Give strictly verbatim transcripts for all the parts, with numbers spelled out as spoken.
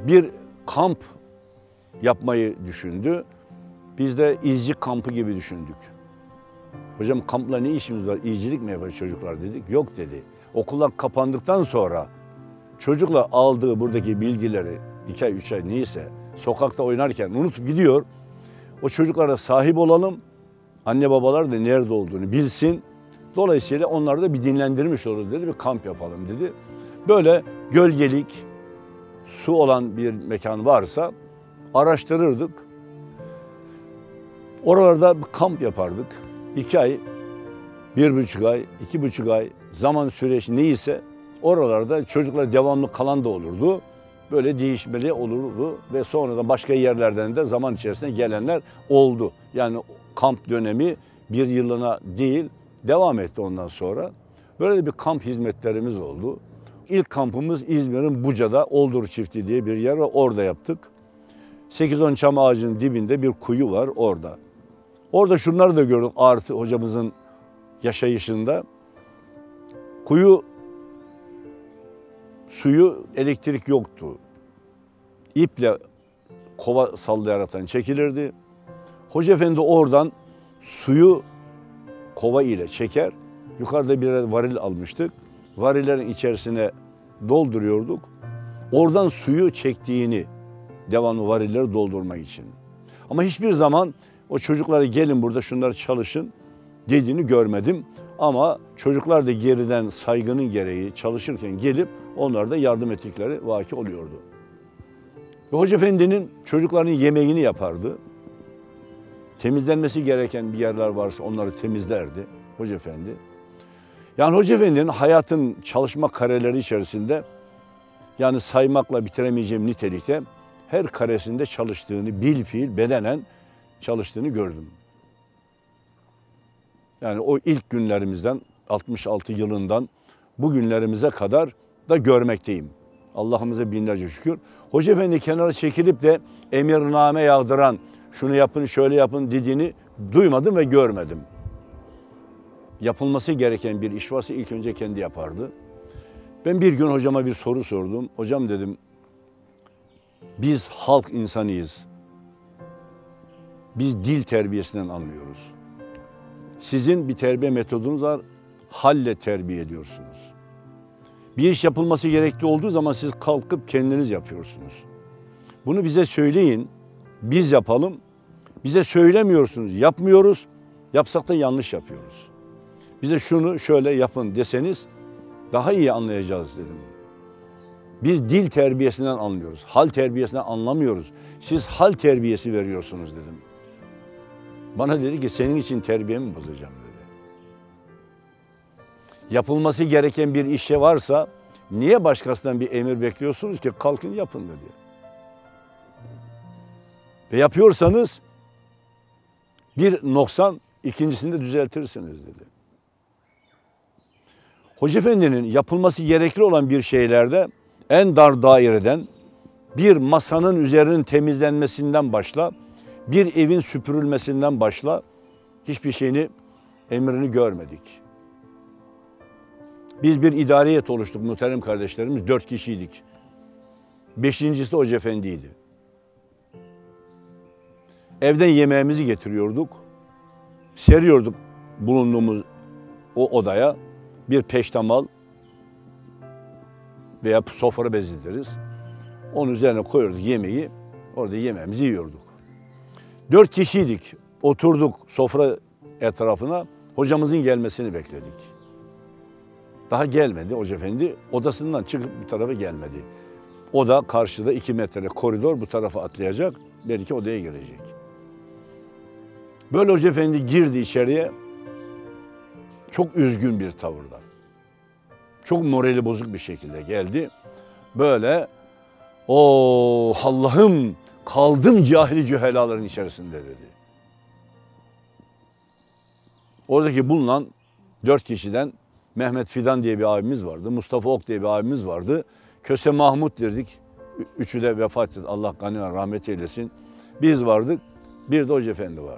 bir kamp yapmayı düşündü. Biz de izci kampı gibi düşündük. Hocam kampla ne işimiz var? İzcilik mi yapar çocuklar dedik. Yok dedi. Okullar kapandıktan sonra çocuklar aldığı buradaki bilgileri iki ay, üç ay neyse sokakta oynarken unutup gidiyor. O çocuklara sahip olalım. Anne babalar da nerede olduğunu bilsin. Dolayısıyla onları da bir dinlendirmiş oluruz dedi. Bir kamp yapalım dedi. Böyle gölgelik, su olan bir mekan varsa araştırırdık. Oralarda bir kamp yapardık. İki ay, bir buçuk ay, iki buçuk ay zaman süreci neyse oralarda çocuklar devamlı kalan da olurdu. Böyle değişmeli olurdu ve sonra da başka yerlerden de zaman içerisinde gelenler oldu. Yani kamp dönemi bir yılına değil devam etti ondan sonra. Böyle bir kamp hizmetlerimiz oldu. İlk kampımız İzmir'in Buca'da Oldur Çiftliği diye bir yer var. Orada yaptık. sekiz on çam ağacının dibinde bir kuyu var orada. Orada şunları da gördük artı hocamızın yaşayışında. Kuyu suyu elektrik yoktu. İple kova sallayaraktan çekilirdi. Hoca efendi oradan suyu kova ile çeker. Yukarıda bir varil almıştık. Varillerin içerisine dolduruyorduk. Oradan suyu çektiğini devamlı varilleri doldurmak için. Ama hiçbir zaman o çocuklara gelin burada şunları çalışın dediğini görmedim. Ama çocuklar da geriden saygının gereği çalışırken gelip onlara da yardım ettikleri vaki oluyordu. Ve Hoca Efendi'nin çocukların yemeğini yapardı. Temizlenmesi gereken bir yerler varsa onları temizlerdi Hoca Efendi. Yani Hoca Efendi'nin hayatın çalışma kareleri içerisinde yani saymakla bitiremeyeceğim nitelikte her karesinde çalıştığını, bil fiil bedenen çalıştığını gördüm. Yani o ilk günlerimizden altmış altı yılından bugünlerimize kadar da görmekteyim. Allah'ımıza binlerce şükür. Hoca Efendi kenara çekilip de emirname yağdıran, şunu yapın, şöyle yapın dediğini duymadım ve görmedim. Yapılması gereken bir iş varsa ilk önce kendi yapardı. Ben bir gün hocama bir soru sordum. Hocam dedim, biz halk insanıyız. Biz dil terbiyesinden anlıyoruz. Sizin bir terbiye metodunuz var, halle terbiye ediyorsunuz. Bir iş yapılması gerektiği olduğu zaman siz kalkıp kendiniz yapıyorsunuz. Bunu bize söyleyin, biz yapalım. Bize söylemiyorsunuz, yapmıyoruz. Yapsak da yanlış yapıyoruz. Bize şunu şöyle yapın deseniz daha iyi anlayacağız dedim. Biz dil terbiyesinden anlıyoruz, hal terbiyesinden anlamıyoruz. Siz hal terbiyesi veriyorsunuz dedim. Bana dedi ki senin için terbiyemi bozacağım dedi. Yapılması gereken bir işe varsa niye başkasından bir emir bekliyorsunuz ki kalkın yapın dedi. Ve yapıyorsanız bir noksan ikincisini de düzeltirsiniz dedi. Hoca Efendi'nin yapılması gerekli olan bir şeylerde en dar daireden bir masanın üzerinin temizlenmesinden başla, bir evin süpürülmesinden başla hiçbir şeyini, emrini görmedik. Biz bir idari heyet oluştuk muhterem kardeşlerimiz, dört kişiydik. Beşincisi de Hoca Efendi'ydi. Evden yemeğimizi getiriyorduk, seriyorduk bulunduğumuz o odaya bir peştemal veya sofra bezi deriz. Onun üzerine koyuyorduk yemeği, orada yemeğimizi yiyorduk. Dört kişiydik, oturduk sofra etrafına, hocamızın gelmesini bekledik. Daha gelmedi Hoca Efendi, odasından çıkıp bu tarafa gelmedi. Oda karşıda iki metre koridor, bu tarafa atlayacak, belki odaya girecek. Böyle Hoca Efendi girdi içeriye, çok üzgün bir tavırda. Çok morali bozuk bir şekilde geldi. Böyle, o Allah'ım kaldım cahili cühelaların içerisinde dedi. Oradaki bulunan dört kişiden Mehmet Fidan diye bir abimiz vardı, Mustafa Ok diye bir abimiz vardı. Köse Mahmut dedik, üçü de vefat etti, Allah kanına rahmet eylesin. Biz vardık, bir de Hoca Efendi vardı.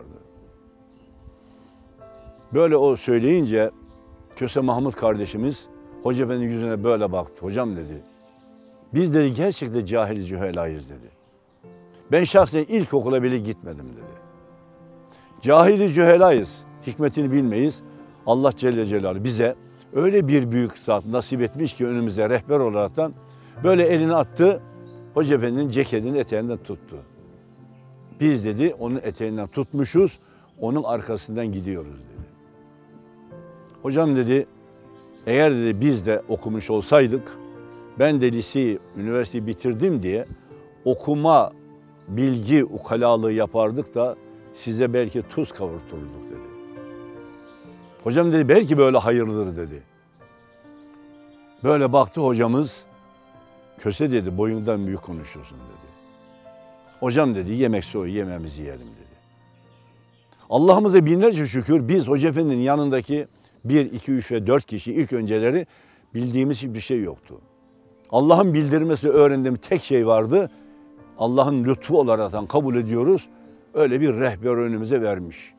Böyle o söyleyince Köse Mahmut kardeşimiz Hoca Efendi yüzüne böyle baktı. Hocam dedi, Biz dedi gerçekten cahil cühelayız dedi. Ben şahsen ilkokula bile gitmedim dedi. Cahil cühelayız, hikmetini bilmeyiz. Allah Celle Celaluhu bize öyle bir büyük zat nasip etmiş ki önümüze rehber olaraktan böyle elini attı, Hoca Efendi'nin ceketini eteğinden tuttu. Biz dedi onun eteğinden tutmuşuz, onun arkasından gidiyoruz dedi. Hocam dedi, eğer dedi biz de okumuş olsaydık, ben de liseyi, üniversiteyi bitirdim diye okuma, bilgi, ukalalığı yapardık da size belki tuz kavurturduk dedi. Hocam dedi belki böyle hayırlıdır dedi. Böyle baktı hocamız, Köse dedi boyundan büyük konuşuyorsun dedi. Hocam dedi yemek soğuyor, yemeğimizi yiyelim dedi. Allah'ımıza binlerce şükür biz Hoca Efendi'nin yanındaki bir, iki, üç ve dört kişi ilk önceleri bildiğimiz hiçbir şey yoktu. Allah'ın bildirmesi öğrendiğim tek şey vardı. Allah'ın lütfu olarak kabul ediyoruz. Öyle bir rehber önümüze vermiş.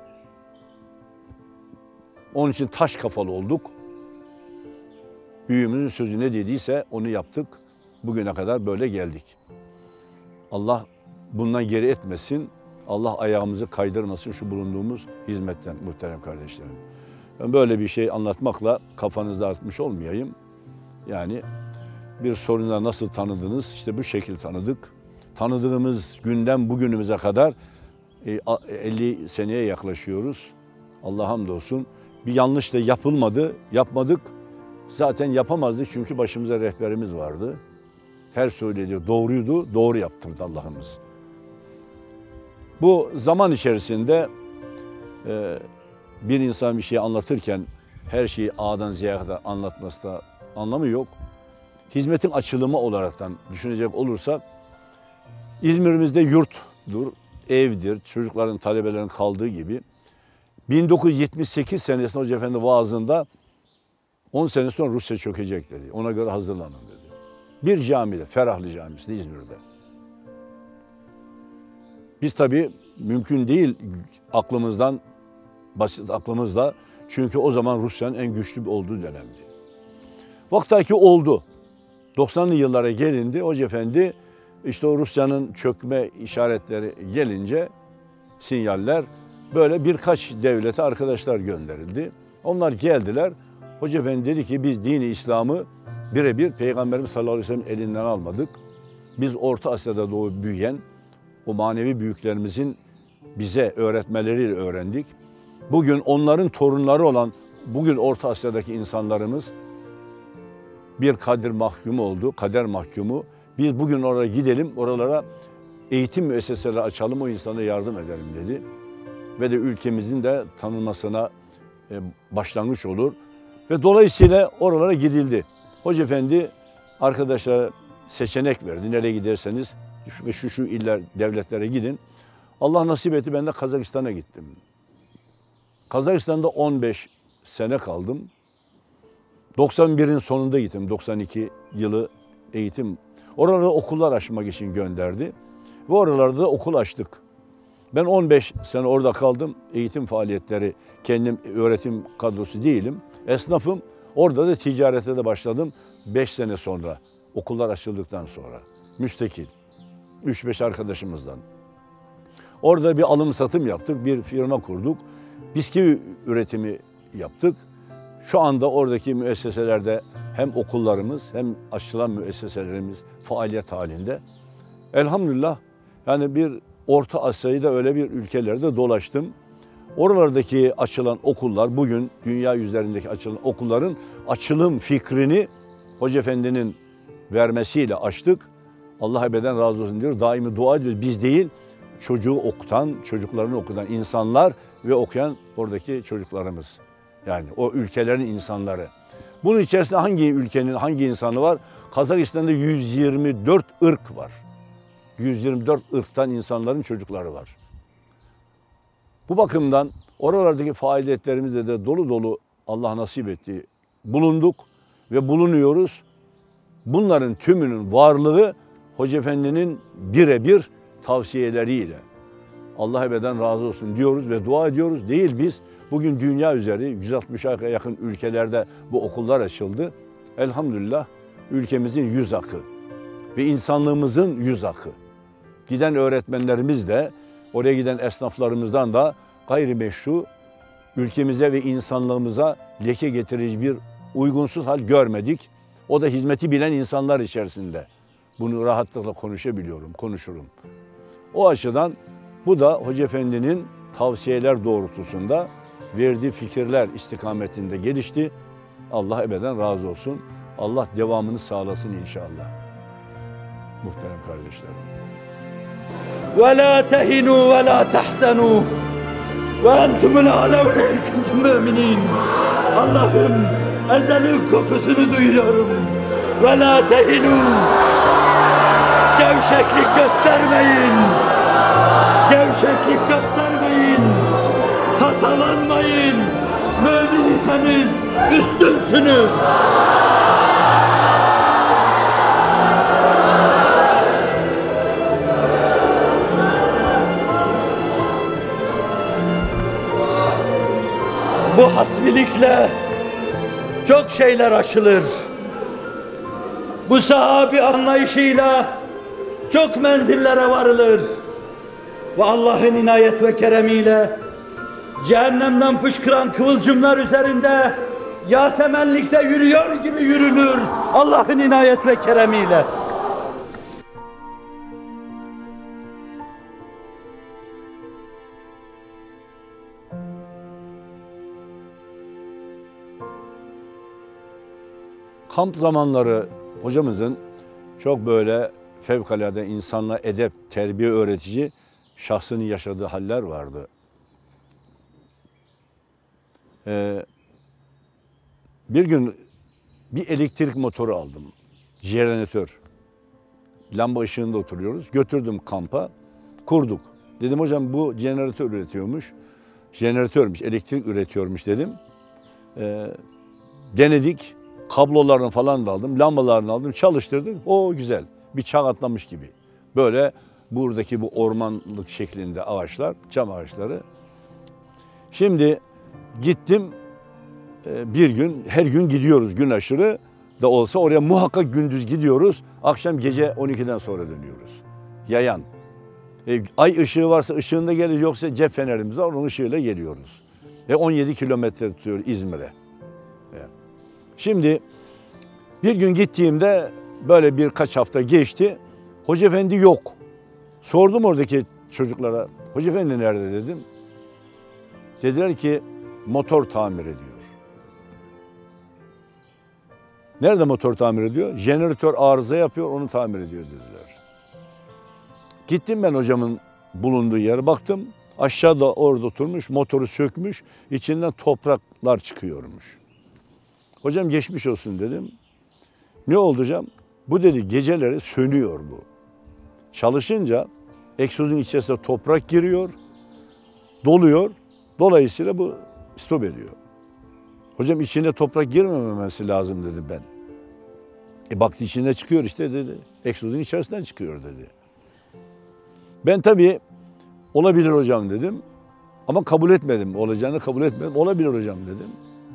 Onun için taş kafalı olduk. Büyüğümüzün sözü ne dediyse onu yaptık. Bugüne kadar böyle geldik. Allah bundan geri etmesin. Allah ayağımızı kaydırmasın şu bulunduğumuz hizmetten muhterem kardeşlerim. Ben böyle bir şey anlatmakla kafanızda artmış olmayayım. Yani bir soruna nasıl tanıdınız? İşte bu şekilde tanıdık. Tanıdığımız günden bugünümüze kadar elli seneye yaklaşıyoruz. Allah'a hamdolsun. Bir yanlış da yapılmadı, yapmadık. Zaten yapamazdık çünkü başımıza rehberimiz vardı. Her söylediği doğruydu, doğru yaptırdı Allah'ımız. Bu zaman içerisinde e, bir insan bir şey anlatırken her şeyi A'dan Z'ye kadar anlatması da anlamı yok. Hizmetin açılımı olaraktan düşünecek olursak İzmir'imizde yurttur, evdir, çocukların, talebelerin kaldığı gibi. bin dokuz yüz yetmiş sekiz senesinde Hoca Efendi vaazında on sene sonra Rusya çökecek dedi. Ona göre hazırlanın dedi. Bir camide, Ferahlı Camisi'nde İzmir'de. Biz tabii mümkün değil aklımızdan, basit aklımızla. Çünkü o zaman Rusya'nın en güçlü olduğu dönemdi. Vaktaki oldu. doksanlı yıllara gelindi. Hoca Efendi işte o Rusya'nın çökme işaretleri gelince sinyaller böyle birkaç devlete arkadaşlar gönderildi. Onlar geldiler. Hoca Efendi dedi ki biz dini İslam'ı birebir Peygamberimiz sallallahu aleyhi ve sellem elinden almadık. Biz Orta Asya'da doğup büyüyen o manevi büyüklerimizin bize öğretmeleriyle öğrendik. Bugün onların torunları olan bugün Orta Asya'daki insanlarımız bir kadir mahkumu oldu, kader mahkumu. Biz bugün oraya gidelim, oralara eğitim müesseseleri açalım, o insana yardım edelim dedi. Ve de ülkemizin de tanınmasına başlangıç olur. Ve dolayısıyla oralara gidildi. Hoca Efendi arkadaşlara seçenek verdi. Nereye giderseniz ve şu şu iller, devletlere gidin. Allah nasip etti, ben de Kazakistan'a gittim. Kazakistan'da on beş sene kaldım. doksan birin sonunda gittim. doksan iki yılı eğitim. Oralarda okullar açmak için gönderdi. Ve oralarda okul açtık. Ben on beş sene orada kaldım. Eğitim faaliyetleri, kendim öğretim kadrosu değilim. Esnafım. Orada da ticarete de başladım. beş sene sonra, okullar açıldıktan sonra. Müstakil. üç beş arkadaşımızdan. Orada bir alım satım yaptık. Bir firma kurduk. Bisküvi üretimi yaptık. Şu anda oradaki müesseselerde hem okullarımız hem açılan müesseselerimiz faaliyet halinde. Elhamdülillah yani bir Orta Asya'yı da öyle bir ülkelerde dolaştım. Oralardaki açılan okullar, bugün dünya üzerindeki açılan okulların açılım fikrini Hoca Efendi'nin vermesiyle açtık. Allah ebeden razı olsun diyoruz. Daimi dua ediyoruz. Biz değil, çocuğu okutan, çocuklarını okutan insanlar ve okuyan oradaki çocuklarımız. Yani o ülkelerin insanları. Bunun içerisinde hangi ülkenin hangi insanı var? Kazakistan'da yüz yirmi dört ırk var. yüz yirmi dört ırktan insanların çocukları var. Bu bakımdan oralardaki faaliyetlerimizde de dolu dolu Allah nasip etti. Bulunduk ve bulunuyoruz. Bunların tümünün varlığı Hoca Efendi'nin birebir tavsiyeleriyle. Allah ebeden razı olsun diyoruz ve dua ediyoruz. Değil biz. Bugün dünya üzeri yüz altmışa yakın ülkelerde bu okullar açıldı. Elhamdülillah ülkemizin yüz akı, ve insanlığımızın yüz akı. Giden öğretmenlerimiz de, oraya giden esnaflarımızdan da gayrimeşru, ülkemize ve insanlığımıza leke getirici bir uygunsuz hal görmedik. O da hizmeti bilen insanlar içerisinde. Bunu rahatlıkla konuşabiliyorum, konuşurum. O açıdan bu da Hoca Efendi'nin tavsiyeler doğrultusunda verdiği fikirler istikametinde gelişti. Allah ebeden razı olsun. Allah devamını sağlasın inşallah. Muhterem kardeşlerim. وَلَا تَهِنُوا وَلَا تَحْزَنُوا وَاَنْتُمُ الْعَلَوْنَ اِنْكُنْتُمْ مُؤْمِنِينَ. Allah'ım, ezelin kokusunu duyuyorum. وَلَا تَهِنُوا. Gevşeklik göstermeyin. Gevşeklik göstermeyin. Tasalanmayın. Mümin iseniz üstünsünüz. Bu hasbilikle çok şeyler aşılır. Bu sahabi anlayışıyla çok menzillere varılır. Ve Allah'ın inayet ve keremiyle cehennemden fışkıran kıvılcımlar üzerinde Yasemenlikte yürüyor gibi yürünür. Allah'ın inayet ve keremiyle. Kamp zamanları hocamızın çok böyle fevkalade insanla edep, terbiye öğretici şahsının yaşadığı haller vardı. Ee, bir gün bir elektrik motoru aldım. Jeneratör. Lamba ışığında oturuyoruz. Götürdüm kampa. Kurduk. Dedim hocam bu jeneratör üretiyormuş. Jeneratörmüş, elektrik üretiyormuş dedim. Ee, denedik. Kablolarını falan da aldım, lambalarını aldım, çalıştırdık. O güzel, bir çağ atlamış gibi. Böyle buradaki bu ormanlık şeklinde ağaçlar, çam ağaçları. Şimdi gittim bir gün, her gün gidiyoruz gün aşırı da olsa oraya muhakkak gündüz gidiyoruz. Akşam gece on ikiden sonra dönüyoruz. Yayan. E, ay ışığı varsa ışığında gelir, yoksa cep fenerimiz var, onun ışığıyla geliyoruz. Ve on yedi kilometre tutuyor İzmir'e. Yani. Şimdi bir gün gittiğimde böyle birkaç hafta geçti. Hoca Efendi yok. Sordum oradaki çocuklara. Hoca Efendi nerede dedim. Dediler ki motor tamir ediyor. Nerede motor tamir ediyor? Jeneratör arıza yapıyor, onu tamir ediyor dediler. Gittim ben hocamın bulunduğu yere baktım. Aşağıda orada oturmuş, motoru sökmüş, içinden topraklar çıkıyormuş. Hocam geçmiş olsun dedim. Ne oldu hocam? Bu dedi geceleri sönüyor bu. Çalışınca egzozun içerisine toprak giriyor, doluyor. Dolayısıyla bu stop ediyor. Hocam içine toprak girmemesi lazım dedim ben. E baktı içinde çıkıyor işte dedi. Egzozun içerisinden çıkıyor dedi. Ben tabii olabilir hocam dedim. Ama kabul etmedim. Olacağını kabul etmedim. Olabilir hocam dedim.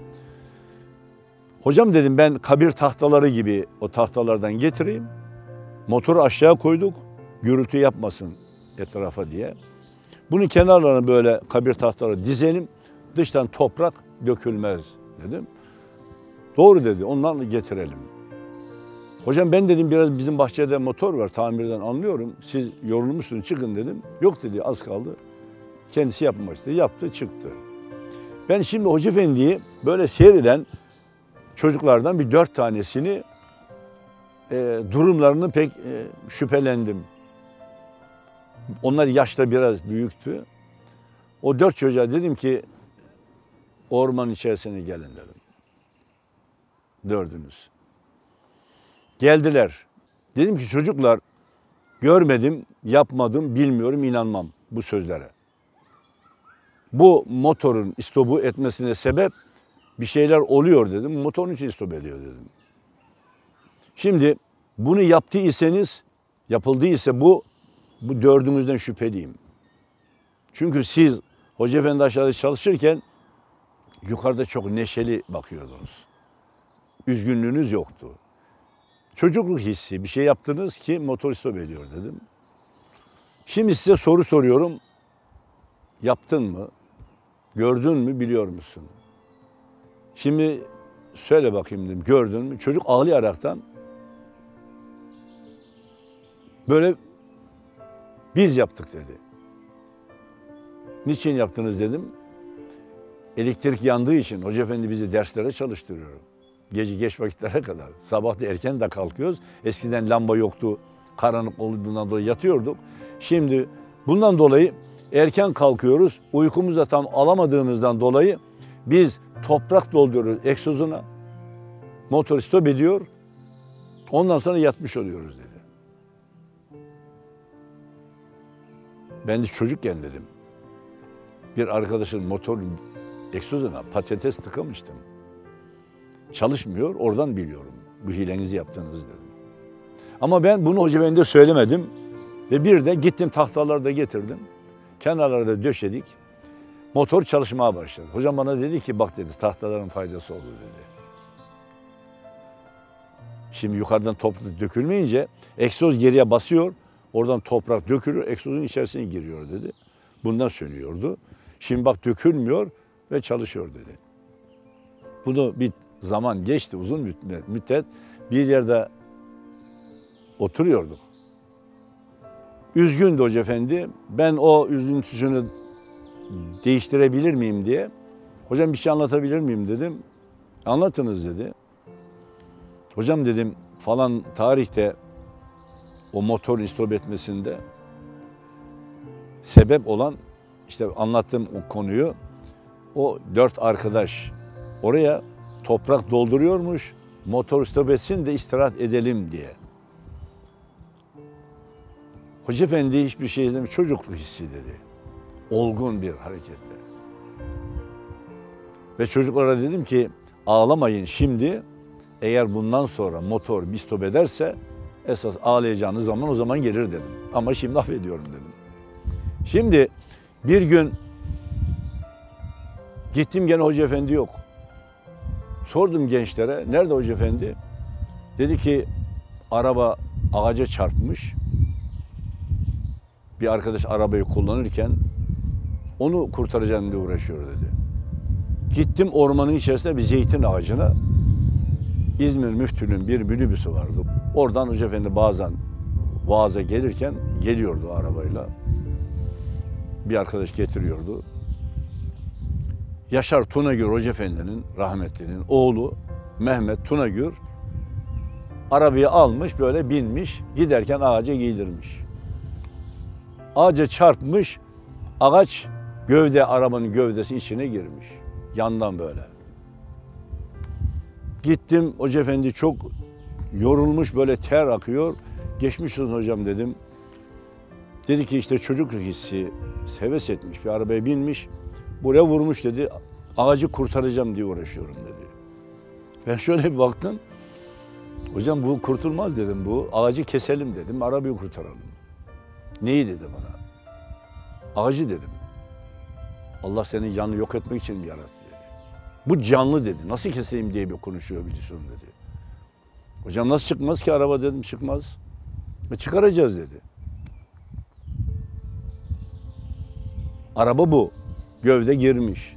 Hocam dedim ben kabir tahtaları gibi o tahtalardan getireyim. Motoru aşağı koyduk. Gürültü yapmasın etrafa diye. Bunun kenarlarına böyle kabir tahtaları dizelim. Dıştan toprak dökülmez dedim. Doğru dedi. Ondan getirelim. Hocam ben dedim biraz bizim bahçede motor var. Tamirden anlıyorum. Siz yorulmuşsunuz çıkın dedim. Yok dedi az kaldı. Kendisi yapmak istedi. Yaptı çıktı. Ben şimdi Hoca Efendi'yi böyle seyreden çocuklardan bir dört tanesini e, durumlarını pek e, şüphelendim. Onlar yaşta biraz büyüktü. O dört çocuğa dedim ki ormanın içerisine gelin dedim. Dördünüz. Geldiler. Dedim ki çocuklar görmedim, yapmadım, bilmiyorum, inanmam bu sözlere. Bu motorun istopu etmesine sebep bir şeyler oluyor dedim. Motorun için istop ediyor dedim. Şimdi bunu yaptıysanız, yapıldıysa bu, bu dördünüzden şüpheliyim. Çünkü siz Hoca Efendi aşağıda çalışırken yukarıda çok neşeli bakıyordunuz. Üzgünlüğünüz yoktu. Çocukluk hissi, bir şey yaptınız ki motor stop ediyor dedim. Şimdi size soru soruyorum. Yaptın mı? Gördün mü? Biliyor musun? Şimdi söyle bakayım dedim. Gördün mü? Çocuk ağlayaraktan böyle biz yaptık dedi. Niçin yaptınız dedim. Elektrik yandığı için Hoca Efendi bizi derslere çalıştırıyor. Gece geç vakitlere kadar. Sabah da erken de kalkıyoruz. Eskiden lamba yoktu. Karanlık olduğundan dolayı yatıyorduk. Şimdi bundan dolayı erken kalkıyoruz. Uykumuzu da tam alamadığımızdan dolayı biz toprak dolduruyoruz egzozuna. Motor stop ediyor. Ondan sonra yatmış oluyoruz dedi. Ben de çocukken dedim. Bir arkadaşın motor egzozuna patates tıkamıştım. Çalışmıyor, oradan biliyorum. Bu hilenizi yaptınız dedim. Ama ben bunu Hoca Efendi'ye söylemedim. Ve bir de gittim tahtaları da getirdim. Kenarlarda döşedik. Motor çalışmaya başladı. Hocam bana dedi ki bak dedi tahtaların faydası olur dedi. Şimdi yukarıdan toprak dökülmeyince egzoz geriye basıyor. Oradan toprak dökülür, egzozun içerisine giriyor dedi. Bundan söylüyordu. Şimdi bak dökülmüyor ve çalışıyor dedi. Bunu bir zaman geçti, uzun müddet, müddet bir yerde oturuyorduk. Üzgündü Hoca Efendi. Ben o üzüntüsünü değiştirebilir miyim diye. Hocam bir şey anlatabilir miyim dedim. Anlatınız dedi. Hocam dedim falan tarihte o motorun istop etmesinde sebep olan işte anlattığım o konuyu o dört arkadaş oraya toprak dolduruyormuş motor istop etsin de istirahat edelim diye. Hoca Efendi hiçbir şey demiş, çocukluk hissi dedi. Olgun bir hareketle. Ve çocuklara dedim ki ağlamayın şimdi, eğer bundan sonra motor bir stop ederse esas ağlayacağınız zaman o zaman gelir dedim. Ama şimdi affediyorum dedim. Şimdi bir gün gittim gene Hoca Efendi yok. Sordum gençlere, nerede Hoca Efendi? Dedi ki araba ağaca çarpmış. Bir arkadaş arabayı kullanırken onu kurtaracağım diye uğraşıyor dedi. Gittim ormanın içerisinde bir zeytin ağacına. İzmir Müftülüğün bir minibüsü vardı. Oradan Hoca Efendi bazen vaaza gelirken geliyordu arabayla. Bir arkadaş getiriyordu. Yaşar Tunagür Hoca Efendi'nin, rahmetlinin oğlu Mehmet Tunagür arabayı almış böyle binmiş, giderken ağaca giydirmiş. Ağaca çarpmış, ağaç gövde, arabanın gövdesi içine girmiş. Yandan böyle. Gittim, Hoca Efendi çok yorulmuş, böyle ter akıyor. Geçmiş olsun hocam dedim. Dedi ki işte çocukluk hissi, heves etmiş, bir arabaya binmiş. Buraya vurmuş dedi, ağacı kurtaracağım diye uğraşıyorum dedi. Ben şöyle bir baktım. Hocam bu kurtulmaz dedim, bu ağacı keselim dedim, arabayı kurtaralım. Neyi dedi bana? Ağacı dedim. Allah senin canını yok etmek için mi yarattı dedi. Bu canlı dedi. Nasıl keseyim diye bir konuşuyor biliyorsun dedi. Hocam nasıl çıkmaz ki araba dedim, çıkmaz. E çıkaracağız dedi. Araba bu. Gövde girmiş.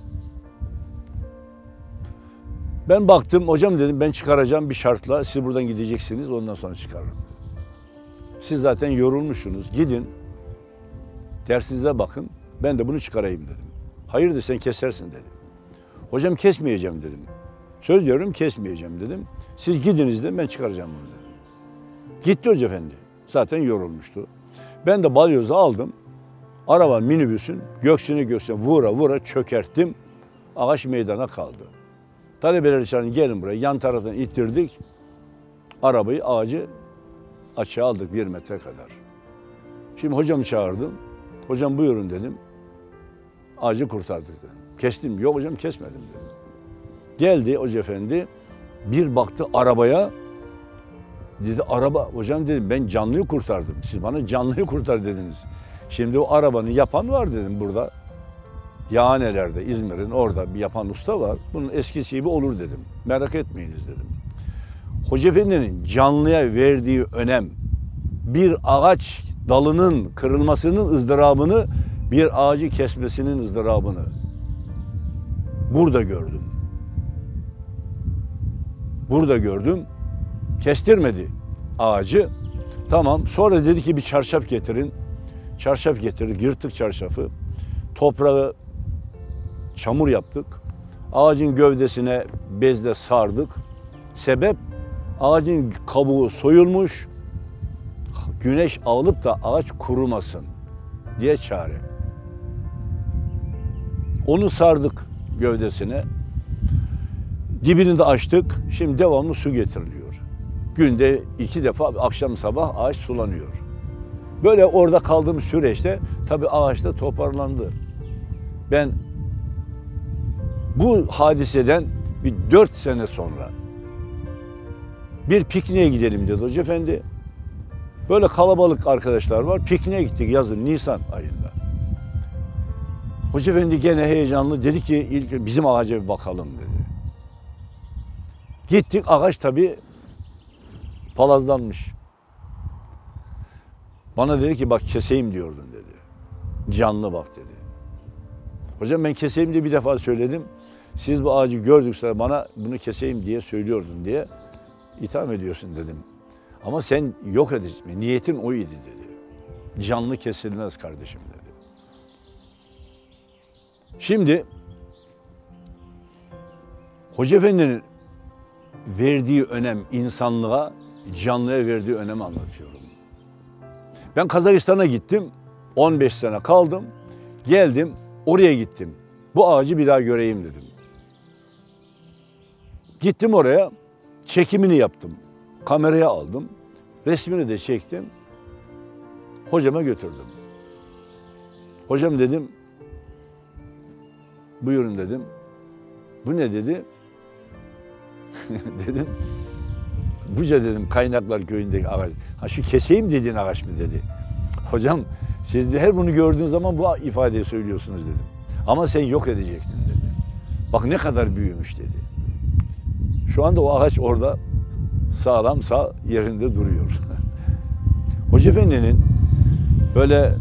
Ben baktım, hocam dedim ben çıkaracağım bir şartla, siz buradan gideceksiniz, ondan sonra çıkarırım. Siz zaten yorulmuşsunuz, gidin, dersinize bakın, ben de bunu çıkarayım dedim. Hayırdır sen kesersin dedi. Hocam kesmeyeceğim dedim. Söz veriyorum kesmeyeceğim dedim. Siz gidiniz de ben çıkaracağım bunu dedim. Gitti Hoca Efendi, zaten yorulmuştu. Ben de balyozu aldım, araba minibüsün göksünü göksüne vura vura çökerttim, ağaç meydana kaldı. Talebeler için gelin buraya, yan taraftan ittirdik, arabayı ağacı açığa aldık bir metre kadar. Şimdi hocamı çağırdım, hocam buyurun dedim, ağacı kurtardık dedim. Kestim, yok hocam kesmedim dedim. Geldi Hoca Efendi, bir baktı arabaya, dedi araba, hocam dedim ben canlıyı kurtardım, siz bana canlıyı kurtar dediniz. Şimdi o arabanın yapan var dedim burada. Yağhaneler'de, İzmir'in orada bir yapan usta var. Bunun eskisi gibi olur dedim. Merak etmeyiniz dedim. Hoca Efendi'nin canlıya verdiği önem, bir ağaç dalının kırılmasının ızdırabını, bir ağacı kesmesinin ızdırabını burada gördüm. Burada gördüm. Kestirmedi ağacı. Tamam. Sonra dedi ki bir çarşaf getirin. Çarşaf getirdik. Yırttık çarşafı. Toprağı çamur yaptık. Ağacın gövdesine bezle sardık. Sebep ağacın kabuğu soyulmuş. Güneş alıp da ağaç kurumasın diye çare. Onu sardık gövdesine. Dibini de açtık. Şimdi devamlı su getiriliyor. Günde iki defa akşam sabah ağaç sulanıyor. Böyle orada kaldığım süreçte tabii ağaç da toparlandı. Ben bu hadiseden bir dört sene sonra bir pikniğe gidelim dedi Hoca Efendi. Böyle kalabalık arkadaşlar var. Pikniğe gittik yazın Nisan ayında. Hoca Efendi gene heyecanlı dedi ki ilk bizim ağaca bir bakalım dedi. Gittik, ağaç tabii palazlanmış. Bana dedi ki bak keseyim diyordun dedi. Canlı bak dedi. Hocam ben keseyim diye bir defa söyledim. Siz bu ağacı gördükse bana bunu keseyim diye söylüyordun diye itham ediyorsun dedim. Ama sen yok edeceksin. Niyetin oydu dedi. Canlı kesilmez kardeşim dedi. Şimdi Hoca Efendi'nin verdiği önem insanlığa, canlıya verdiği önemi anlatıyorum. Ben Kazakistan'a gittim. on beş sene kaldım. Geldim, oraya gittim. Bu ağacı bir daha göreyim dedim. Gittim oraya, çekimini yaptım. Kameraya aldım. Resmini de çektim. Hocama götürdüm. Hocam dedim, buyurun dedim. Bu ne dedi? Dedim, buca dedim Kaynaklar Köyü'ndeki ağaç. Ha şu keseyim dediğin ağaç mı dedi. Hocam siz de her bunu gördüğün zaman bu ifadeyi söylüyorsunuz dedim. Ama sen yok edecektin dedi. Bak ne kadar büyümüş dedi. Şu anda o ağaç orada sağlam sağ yerinde duruyor. Hoca Efendi'nin böyle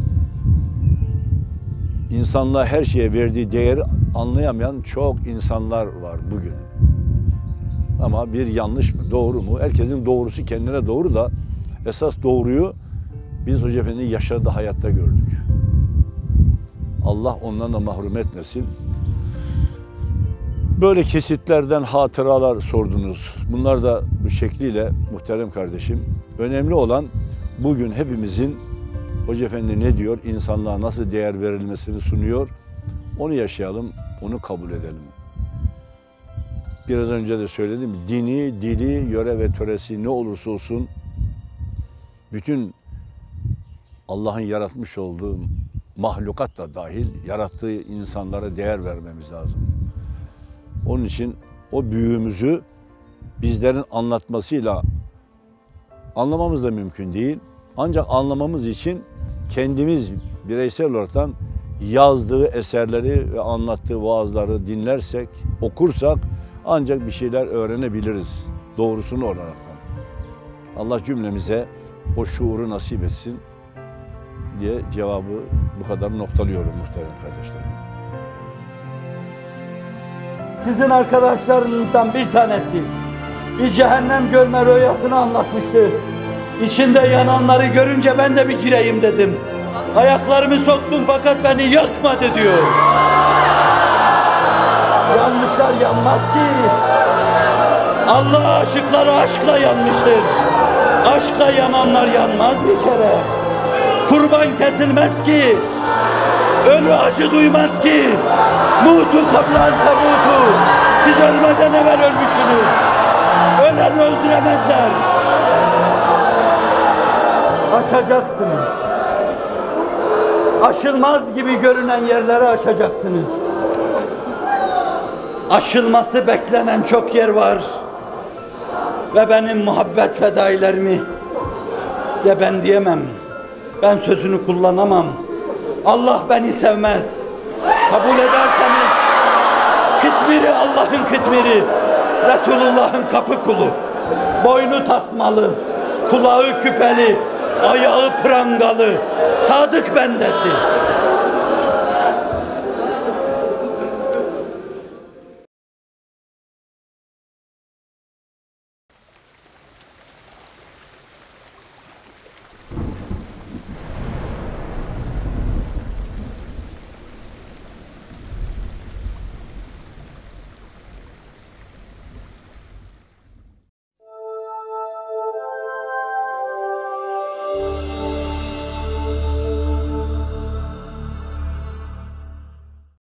insanlığa her şeye verdiği değeri anlayamayan çok insanlar var bugün. Ama bir yanlış mı, doğru mu? Herkesin doğrusu kendine doğru da esas doğruyu biz Hoca Efendi'yi yaşadığı hayatta gördük. Allah ondan da mahrum etmesin. Böyle kesitlerden hatıralar sordunuz. Bunlar da bu şekliyle muhterem kardeşim. Önemli olan bugün hepimizin Hoca Efendi ne diyor, insanlığa nasıl değer verilmesini sunuyor. Onu yaşayalım, onu kabul edelim. Biraz önce de söyledim, dini, dili, yöre ve töresi ne olursa olsun bütün Allah'ın yaratmış olduğu mahlukat da dahil yarattığı insanlara değer vermemiz lazım. Onun için o büyüğümüzü bizlerin anlatmasıyla anlamamız da mümkün değil. Ancak anlamamız için kendimiz bireysel olarak yazdığı eserleri ve anlattığı vaazları dinlersek, okursak ancak bir şeyler öğrenebiliriz doğrusunu olaraktan. Allah cümlemize o şuuru nasip etsin diye cevabı bu kadar noktalıyorum muhterem kardeşlerim. Sizin arkadaşlarınızdan bir tanesi bir cehennem görme rüyasını anlatmıştı. İçinde yananları görünce ben de bir gireyim dedim. Ayaklarımı soktum fakat beni yakmadı diyor. Yanmışlar yanmaz ki. Allah aşıkları aşkla yanmıştır. Aşkla yananlar yanmaz bir kere. Kurban kesilmez ki. Ölü acı duymaz ki. Mutu kablan tabutu. Siz ölmeden evvel ölmüşsünüz. Öleni öldüremezler. Aşacaksınız. Aşılmaz gibi görünen yerleri aşacaksınız. Aşılması beklenen çok yer var. Ve benim muhabbet fedailerimi size ben diyemem. Ben sözünü kullanamam. Allah beni sevmez. Kabul ederseniz kıtmiri Allah'ın kıtmiri, Resulullah'ın kapı kulu. boynu tasmalı, kulağı küpeli, ayağı prangalı, sadık bendesi.